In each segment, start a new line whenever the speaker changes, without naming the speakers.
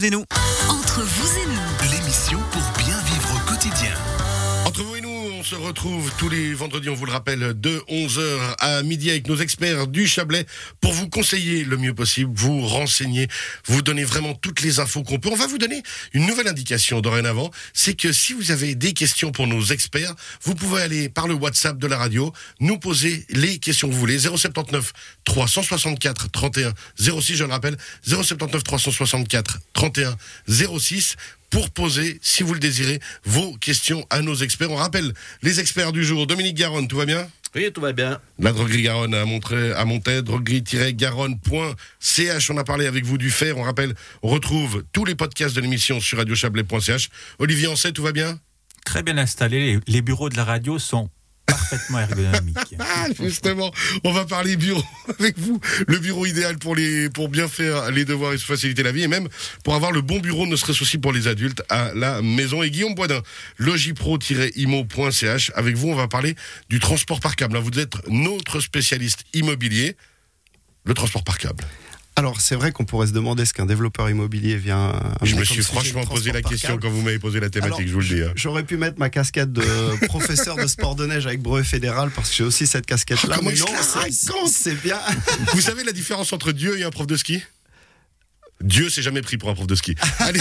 Et nous.
Entre vous et nous,
L'émission pour bien vivre au quotidien.
Entre vous et nous, on se retrouve tous les vendredis, on vous le rappelle, de 11h à midi avec nos experts du Chablais pour vous conseiller le mieux possible, vous renseigner, vous donner vraiment toutes les infos qu'on peut. On va vous donner une nouvelle indication dorénavant, c'est que si vous avez des questions pour nos experts, vous pouvez aller par le WhatsApp de la radio, nous poser les questions que vous voulez. 079 364 31 06, je le rappelle, 079 364 31 06. Pour poser, si vous le désirez, vos questions à nos experts. On rappelle les experts du jour. Dominique Garonne, tout va bien ?
Oui, tout va bien.
La droguerie Garonne à Montaix, droguerie-garonne.ch. On a parlé avec vous du fer. On rappelle, on retrouve tous les podcasts de l'émission sur radiochablais.ch. Olivier Ancet, tout va bien ?
Très bien installé. Les bureaux de la radio sont parfaitement ergonomiques.
Justement, on va parler bureau avec vous. Le bureau idéal pour bien faire les devoirs et se faciliter la vie, et même pour avoir le bon bureau, ne serait-ce aussi pour les adultes à la maison. Et Guillaume Boisdin, logipro-imo.ch. Avec vous, on va parler du transport par câble. Là, vous êtes notre spécialiste immobilier, le transport par câble.
Alors, c'est vrai qu'on pourrait se demander ce qu'un développeur immobilier vient...
Je me suis franchement posé la question quand vous m'avez posé la thématique. Alors, je vous le dis.
J'aurais pu mettre ma casquette de professeur de sport de neige avec brevet fédéral parce que j'ai aussi cette casquette-là.
Mais
non,
non,
c'est bien.
Vous savez la différence entre Dieu et un prof de ski ? Dieu s'est jamais pris pour un prof de ski. Allez.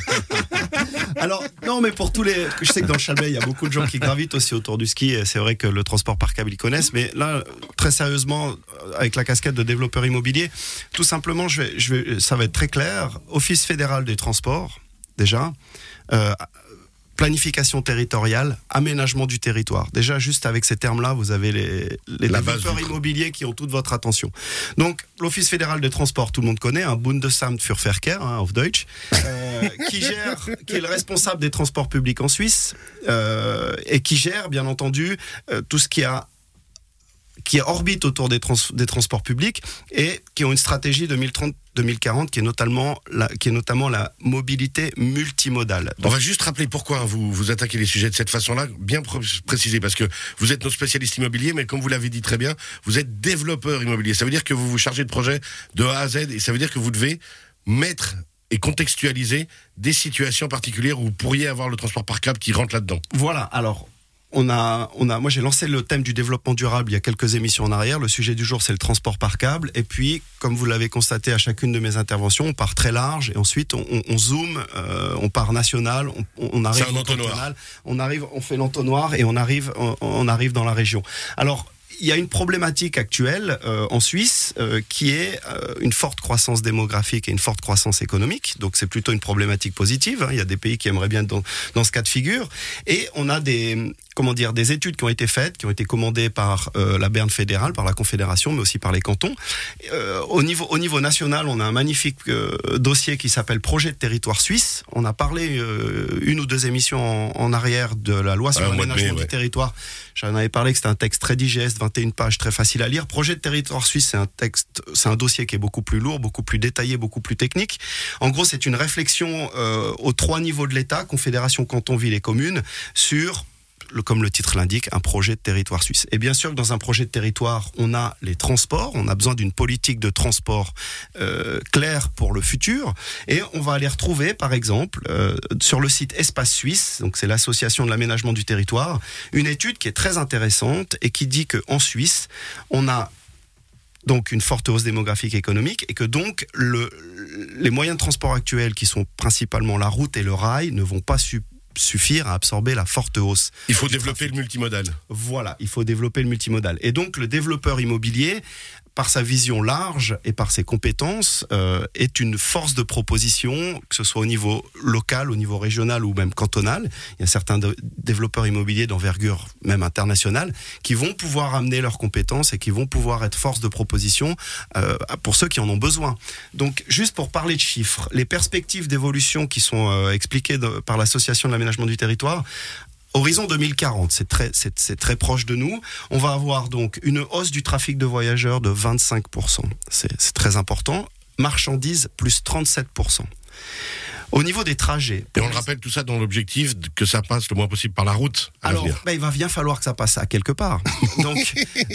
Alors, non, mais pour tous les... Je sais que dans le Chablais, il y a beaucoup de gens qui gravitent aussi autour du ski. Et c'est vrai que le transport par câble, ils connaissent. Mais là, très sérieusement, avec la casquette de développeur immobilier, tout simplement, ça va être très clair. Office fédéral des transports, déjà. Planification territoriale, aménagement du territoire. Déjà, juste avec ces termes-là, vous avez les développeurs immobiliers qui ont toute votre attention. Donc, l'Office fédéral des transports, tout le monde connaît, Bundesamt für Verkehr, auf Deutsch, qui est le responsable des transports publics en Suisse, et qui gère, bien entendu, tout ce qui orbite autour des transports publics et qui ont une stratégie 2030-2040 qui est notamment la mobilité multimodale. Donc,
on va juste rappeler pourquoi vous attaquez les sujets de cette façon-là, bien préciser, parce que vous êtes nos spécialistes immobiliers, mais comme vous l'avez dit très bien, vous êtes développeur immobilier. Ça veut dire que vous vous chargez de projets de A à Z, et ça veut dire que vous devez mettre et contextualiser des situations particulières où vous pourriez avoir le transport par câble qui rentre là-dedans.
Voilà, alors... moi j'ai lancé le thème du développement durable il y a quelques émissions en arrière. Le sujet du jour, c'est le transport par câble. Et puis, comme vous l'avez constaté à chacune de mes interventions, on part très large et ensuite on zoome, on part national, on arrive
en cantonal,
on fait l'entonnoir et on arrive dans la région. Alors, il y a une problématique actuelle en Suisse qui est une forte croissance démographique et une forte croissance économique. Donc c'est plutôt une problématique positive. Il y a des pays qui aimeraient bien être dans ce cas de figure. Et on a des études qui ont été faites, qui ont été commandées par la Berne fédérale, par la Confédération, mais aussi par les cantons. Au niveau national, on a un magnifique dossier qui s'appelle Projet de territoire suisse. On a parlé une ou deux émissions en arrière de la loi sur l'aménagement du territoire. J'en avais parlé que c'était un texte très digeste, 21 pages, très facile à lire. Projet de territoire suisse, c'est un dossier qui est beaucoup plus lourd, beaucoup plus détaillé, beaucoup plus technique. En gros, c'est une réflexion aux trois niveaux de l'État, Confédération, canton, ville et commune, sur... comme le titre l'indique, un projet de territoire suisse. Et bien sûr que dans un projet de territoire, on a les transports, on a besoin d'une politique de transport claire pour le futur, et on va aller retrouver, par exemple, sur le site Espace Suisse, donc c'est l'association de l'aménagement du territoire, une étude qui est très intéressante et qui dit qu'en Suisse, on a donc une forte hausse démographique et économique, et que donc les moyens de transport actuels, qui sont principalement la route et le rail, ne vont pas suffire à absorber la forte hausse.
Il faut développer le multimodal.
Voilà, il faut développer le multimodal. Et donc le développeur immobilier, par sa vision large et par ses compétences, est une force de proposition, que ce soit au niveau local, au niveau régional ou même cantonal. Il y a certains développeurs immobiliers d'envergure, même internationale, qui vont pouvoir amener leurs compétences et qui vont pouvoir être force de proposition pour ceux qui en ont besoin. Donc, juste pour parler de chiffres, les perspectives d'évolution qui sont expliquées par l'Association de l'aménagement du territoire, horizon 2040, c'est très proche de nous. On va avoir donc une hausse du trafic de voyageurs de 25%. C'est très important. Marchandises, plus 37%. Au niveau des trajets...
Et on le rappelle, tout ça dans l'objectif que ça passe le moins possible par la route.
Alors, il va bien falloir que ça passe à quelque part. Donc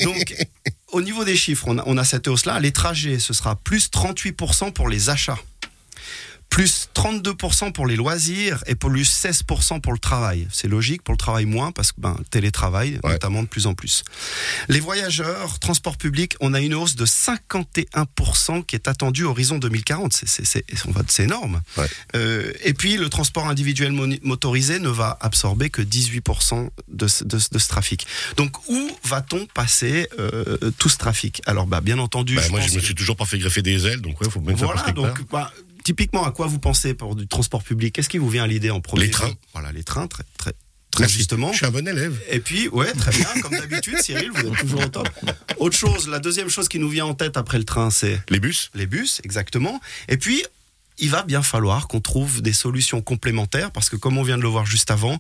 au niveau des chiffres, on a cette hausse-là. Les trajets, ce sera plus 38% pour les achats. plus 32% pour les loisirs et plus 16% pour le travail. C'est logique, pour le travail moins, parce que télétravail, notamment de plus en plus. Les voyageurs, transport public, on a une hausse de 51% qui est attendue horizon 2040. C'est énorme. Ouais. Et puis, le transport individuel motorisé ne va absorber que 18% de ce trafic. Donc, où va-t-on passer tout ce trafic ? Alors, bien entendu...
moi, je me suis toujours pas fait greffer des ailes, donc il faut mettre ça par quelque part.
Typiquement, à quoi vous pensez pour du transport public ? Qu'est-ce qui vous vient à l'idée en premier ?
Les trains.
Voilà, les trains, très justement.
Je suis un bon élève.
Et puis, très bien, comme d'habitude, Cyril, vous êtes toujours au top. Autre chose, la deuxième chose qui nous vient en tête après le train, c'est...
Les bus.
Les bus, exactement. Et puis, il va bien falloir qu'on trouve des solutions complémentaires, parce que comme on vient de le voir juste avant,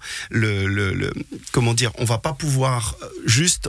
on va pas pouvoir juste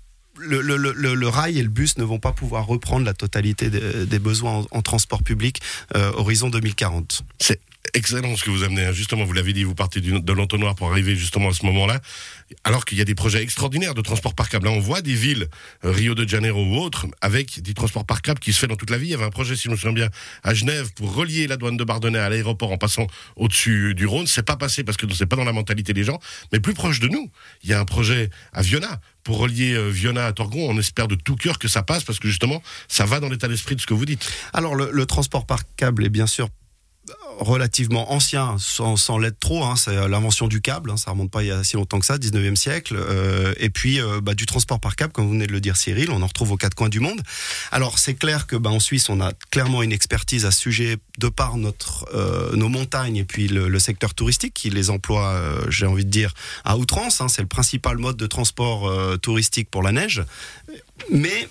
le rail et le bus ne vont pas pouvoir reprendre la totalité des besoins en transport public horizon 2040.
C'est excellent ce que vous amenez. Justement, vous l'avez dit, vous partez de l'entonnoir pour arriver justement à ce moment-là, alors qu'il y a des projets extraordinaires de transport par câble. Là, on voit des villes, Rio de Janeiro ou autres, avec des transports par câble qui se fait dans toute la vie. Il y avait un projet, si je me souviens bien, à Genève pour relier la douane de Bardonnay à l'aéroport en passant au-dessus du Rhône. C'est pas passé parce que c'est pas dans la mentalité des gens, mais plus proche de nous. Il y a un projet à Viona pour relier Viona à Torgon. On espère de tout cœur que ça passe parce que justement, ça va dans l'état d'esprit de ce que vous dites.
Alors, le transport par câble est bien sûr relativement ancien, sans l'être trop, c'est l'invention du câble, ça remonte pas il y a si longtemps que ça, 19e siècle, et puis du transport par câble, comme vous venez de le dire Cyril, on en retrouve aux quatre coins du monde. Alors c'est clair que en Suisse on a clairement une expertise à ce sujet de par nos montagnes et puis le secteur touristique qui les emploie, j'ai envie de dire, à outrance, c'est le principal mode de transport touristique pour la neige, mais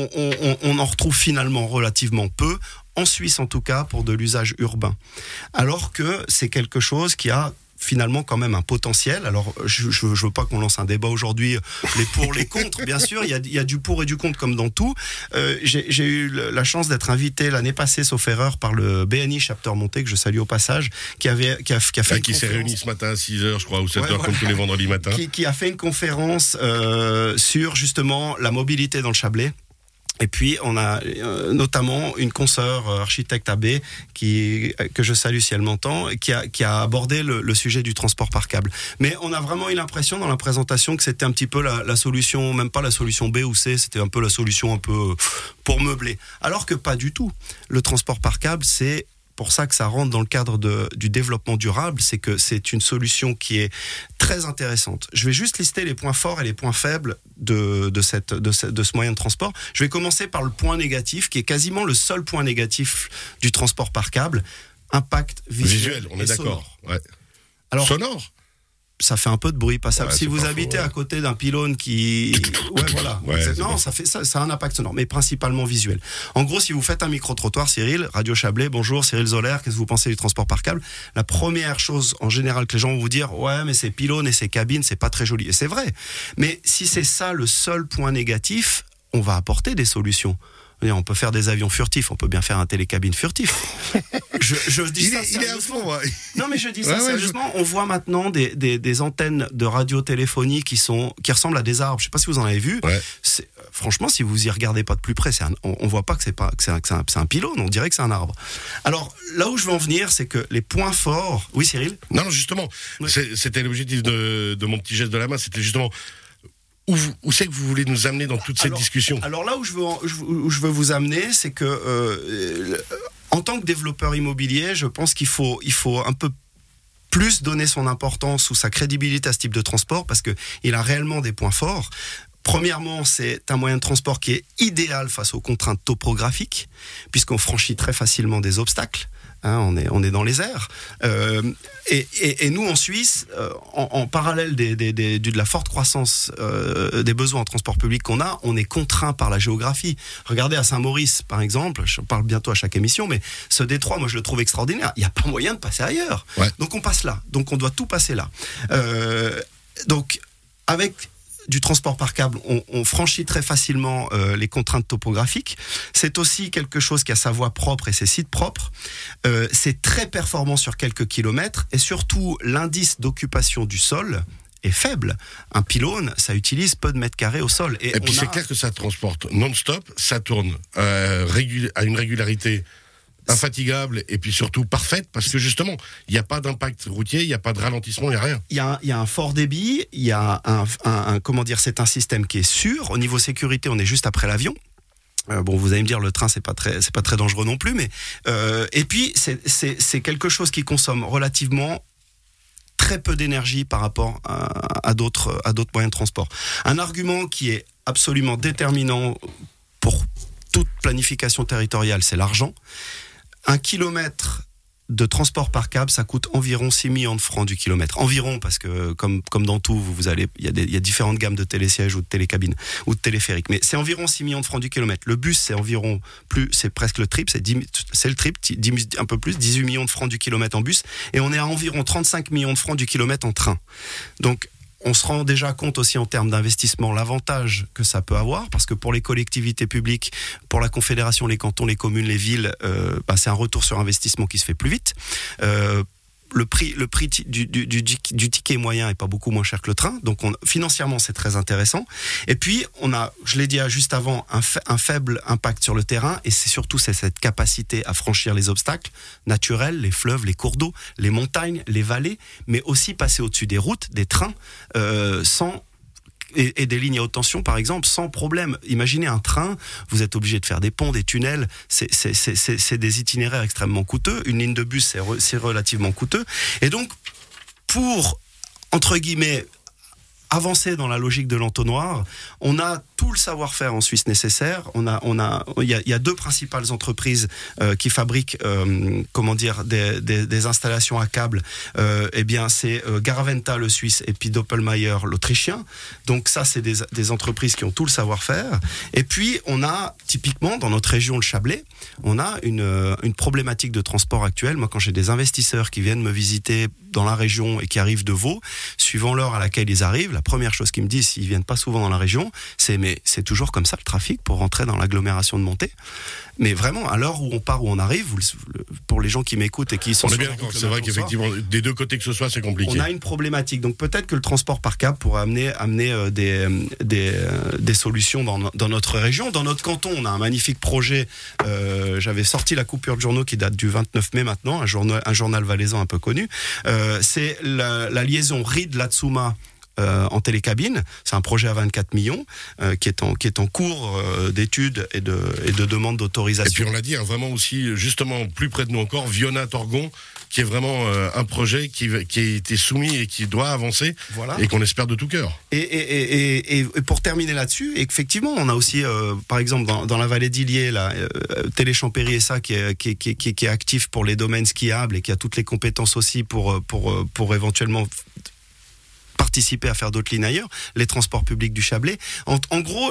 on en retrouve finalement relativement peu, en Suisse en tout cas, pour de l'usage urbain. Alors que c'est quelque chose qui a finalement quand même un potentiel. Alors je veux pas qu'on lance un débat aujourd'hui, les pour, les contre, bien sûr, il y a du pour et du contre comme dans tout. J'ai eu la chance d'être invité l'année passée, sauf erreur, par le BNI Chapter Monté, que je salue au passage, qui
s'est réuni ce matin à 6h, je crois, ou 7h, comme tous les vendredis matins.
Qui a fait une conférence sur justement la mobilité dans le Chablais. Et puis, on a notamment une consoeur architecte AB que je salue si elle m'entend, qui a abordé le sujet du transport par câble. Mais on a vraiment eu l'impression dans la présentation que c'était un petit peu la solution, même pas la solution B ou C, c'était un peu la solution un peu pour meubler. Alors que pas du tout. Le transport par câble, c'est pour ça que ça rentre dans le cadre du développement durable, c'est que c'est une solution qui est très intéressante. Je vais juste lister les points forts et les points faibles de ce moyen de transport. Je vais commencer par le point négatif, qui est quasiment le seul point négatif du transport par câble. Impact visuel,
on est d'accord. Ouais.
Alors,
sonore.
Ça fait un peu de bruit passable.
Ouais,
si vous habitez à côté d'un pylône ça a un impact sonore, mais principalement visuel. En gros, si vous faites un micro-trottoir, Cyril, Radio Chablais, bonjour, Cyril Zoller, qu'est-ce que vous pensez du transport par câble ? La première chose, en général, que les gens vont vous dire, ouais, mais ces pylônes et ces cabines, c'est pas très joli. Et c'est vrai. Mais si c'est ça le seul point négatif, on va apporter des solutions. On peut faire des avions furtifs, on peut bien faire un télécabine furtif. Je dis ça
il est à fond, ouais.
Non, mais je dis ça sérieusement. On voit maintenant des antennes de radiotéléphonie qui ressemblent à des arbres. Je sais pas si vous en avez vu.
Ouais.
Franchement, si vous y regardez pas de plus près, on voit pas que c'est un pylône. On dirait que c'est un arbre. Alors là où je veux en venir, c'est que les points forts. Oui, Cyril.
Non, justement, oui. C'était l'objectif de mon petit geste de la main. C'était justement. Où c'est que vous voulez nous amener dans toute cette discussion ?
Alors là où je veux vous amener, c'est que en tant que développeur immobilier, je pense qu'il faut un peu plus donner son importance ou sa crédibilité à ce type de transport parce qu'il a réellement des points forts. Premièrement, c'est un moyen de transport qui est idéal face aux contraintes topographiques, puisqu'on franchit très facilement des obstacles. On est dans les airs. Et nous, en Suisse, en parallèle de la forte croissance des besoins en transport public qu'on a, on est contraint par la géographie. Regardez à Saint-Maurice, par exemple, je parle bientôt à chaque émission, mais ce détroit, moi, je le trouve extraordinaire. Il n'y a pas moyen de passer ailleurs. Ouais. Donc, on passe là. Donc, on doit tout passer là. Donc, avec du transport par câble, on franchit très facilement les contraintes topographiques. C'est aussi quelque chose qui a sa voie propre et ses sites propres. C'est très performant sur quelques kilomètres et surtout l'indice d'occupation du sol est faible. Un pylône, ça utilise peu de mètres carrés au sol.
Et puis c'est clair que ça transporte non-stop, ça tourne à une régularité infatigable et puis surtout parfaite, parce que justement, il n'y a pas d'impact routier, il n'y a pas de ralentissement, il n'y a rien.
Il y a un fort débit, il y a c'est un système qui est sûr. Au niveau sécurité, on est juste après l'avion. Bon, vous allez me dire, le train, c'est pas très dangereux non plus, mais et puis c'est quelque chose qui consomme relativement très peu d'énergie par rapport à d'autres moyens de transport. Un argument qui est absolument déterminant pour toute planification territoriale, c'est l'argent. 1 kilomètre de transport par câble, ça coûte environ 6 millions de francs du kilomètre. Environ, parce que comme dans tout, il y a différentes gammes de télésièges ou de télécabines ou de téléphériques. Mais c'est environ 6 millions de francs du kilomètre. Le bus, c'est presque le triple, c'est le triple, un peu plus, 18 millions de francs du kilomètre en bus. Et on est à environ 35 millions de francs du kilomètre en train. Donc, on se rend déjà compte aussi en termes d'investissement l'avantage que ça peut avoir, parce que pour les collectivités publiques, pour la Confédération, les cantons, les communes, les villes, c'est un retour sur investissement qui se fait plus vite. Le prix du ticket moyen est pas beaucoup moins cher que le train, donc financièrement c'est très intéressant. Et puis on a, je l'ai dit juste avant, un faible impact sur le terrain, et c'est surtout cette capacité à franchir les obstacles naturels, les fleuves, les cours d'eau, les montagnes, les vallées, mais aussi passer au-dessus des routes, des trains, et des lignes à haute tension, par exemple, sans problème. Imaginez un train, vous êtes obligé de faire des ponts, des tunnels, c'est des itinéraires extrêmement coûteux. Une ligne de bus, c'est relativement coûteux. Et donc, pour, entre guillemets, avancer dans la logique de l'entonnoir, on a tout le savoir-faire en Suisse nécessaire. Il y a 2 principales entreprises qui fabriquent, des installations à câbles. C'est Garaventa le Suisse et puis Doppelmayr l'Autrichien. Donc ça, c'est des entreprises qui ont tout le savoir-faire. Et puis on a typiquement dans notre région le Chablais, on a une problématique de transport actuelle. Moi, quand j'ai des investisseurs qui viennent me visiter dans la région et qui arrivent de Vaud, suivant l'heure à laquelle ils arrivent, la première chose qu'ils me disent, s'ils viennent pas souvent dans la région, c'est mais c'est toujours comme ça le trafic pour rentrer dans l'agglomération de Monté. Mais vraiment, à l'heure où on part, où on arrive, pour les gens qui m'écoutes et qui sont...
On est bien d'accord, c'est vrai qu'effectivement, des 2 côtés que ce soit, c'est compliqué.
On a une problématique, donc peut-être que le transport par câble pourrait amener des solutions dans notre région. Dans notre canton, on a un magnifique projet, j'avais sorti la coupure de journaux qui date du 29 mai maintenant, un journal valaisan un peu connu. C'est la liaison Ried-Latsuma en télécabine. C'est un projet à 24 millions qui est en cours d'études et de demande d'autorisation.
Et puis on l'a dit, vraiment aussi, justement, plus près de nous encore, Viona-Torgon, qui est vraiment un projet qui a été soumis et qui doit avancer, voilà, et qu'on espère de tout cœur.
Et pour terminer là-dessus, effectivement, on a aussi, par exemple, dans la vallée d'Illier, Téléchampéry SA qui est actif pour les domaines skiables et qui a toutes les compétences aussi pour éventuellement participer à faire d'autres lignes ailleurs, les transports publics du Chablais. En gros,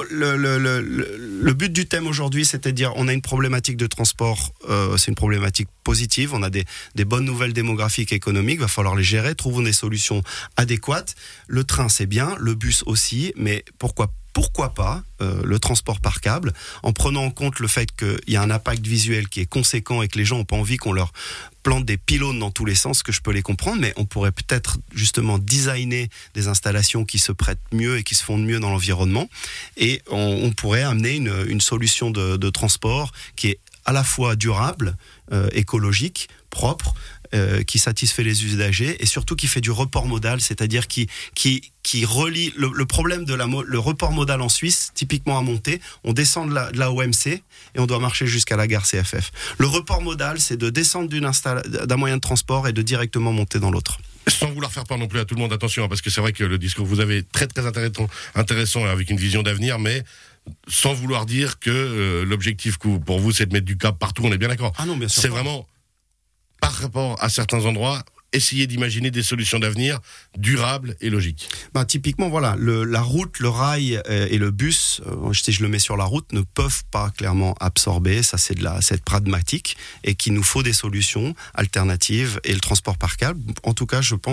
le but du thème aujourd'hui, c'est de dire on a une problématique de transport, c'est une problématique positive, on a des bonnes nouvelles démographiques et économiques, il va falloir les gérer, trouvons des solutions adéquates. Le train, c'est bien, le bus aussi, mais pourquoi pas le transport par câble, en prenant en compte le fait qu'il y a un impact visuel qui est conséquent et que les gens n'ont pas envie qu'on leur plante des pylônes dans tous les sens, que je peux les comprendre, mais on pourrait peut-être justement designer des installations qui se prêtent mieux et qui se fondent mieux dans l'environnement, et on pourrait amener une solution de transport qui est à la fois durable, écologique, propre, qui satisfait les usagers et surtout qui fait du report modal, c'est-à-dire qui relie le problème le report modal en Suisse, typiquement à Monté, on descend de la OMC et on doit marcher jusqu'à la gare CFF. Le report modal, c'est de descendre d'un moyen de transport et de directement monter dans l'autre.
Sans vouloir faire peur non plus à tout le monde, attention, parce que c'est vrai que le discours que vous avez est très très intéressant avec une vision d'avenir, mais sans vouloir dire que l'objectif pour vous c'est de mettre du câble partout, on est bien d'accord.
Ah non, bien sûr.
C'est vraiment par rapport à certains endroits, essayer d'imaginer des solutions d'avenir durables et logiques.
Typiquement, voilà, la route, le rail et le bus, si je le mets sur la route, ne peuvent pas clairement absorber. Ça, c'est pragmatique et qu'il nous faut des solutions alternatives. Et le transport par câble, en tout cas, je pense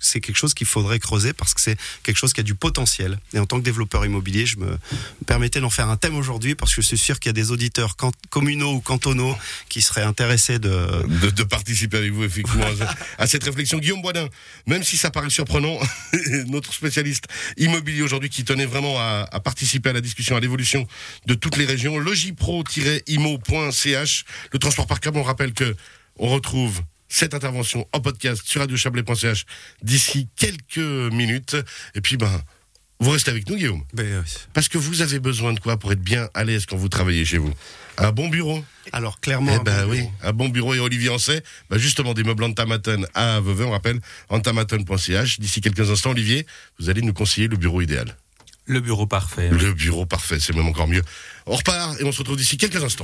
c'est quelque chose qu'il faudrait creuser parce que c'est quelque chose qui a du potentiel. Et en tant que développeur immobilier, je me permettais d'en faire un thème aujourd'hui parce que je suis sûr qu'il y a des auditeurs communaux ou cantonaux qui seraient intéressés
de participer avec vous, effectivement, à cette réflexion. Guillaume Boisdin, même si ça paraît surprenant, notre spécialiste immobilier aujourd'hui qui tenait vraiment à participer à la discussion, à l'évolution de toutes les régions, logipro-imo.ch. Le transport par câble, on rappelle que on retrouve cette intervention en podcast sur radiochablais.ch d'ici quelques minutes. Et puis, vous restez avec nous, Guillaume. Parce que vous avez besoin de quoi pour être bien à l'aise quand vous travaillez chez vous? Un bon bureau.
Alors, clairement.
Un bon bureau. Et Olivier Ancet, justement, des meubles Antamaton à Vevey, on rappelle, antamaton.ch. D'ici quelques instants, Olivier, vous allez nous conseiller le bureau idéal.
Le bureau parfait.
Le bureau parfait, c'est même encore mieux. On repart et on se retrouve d'ici quelques instants.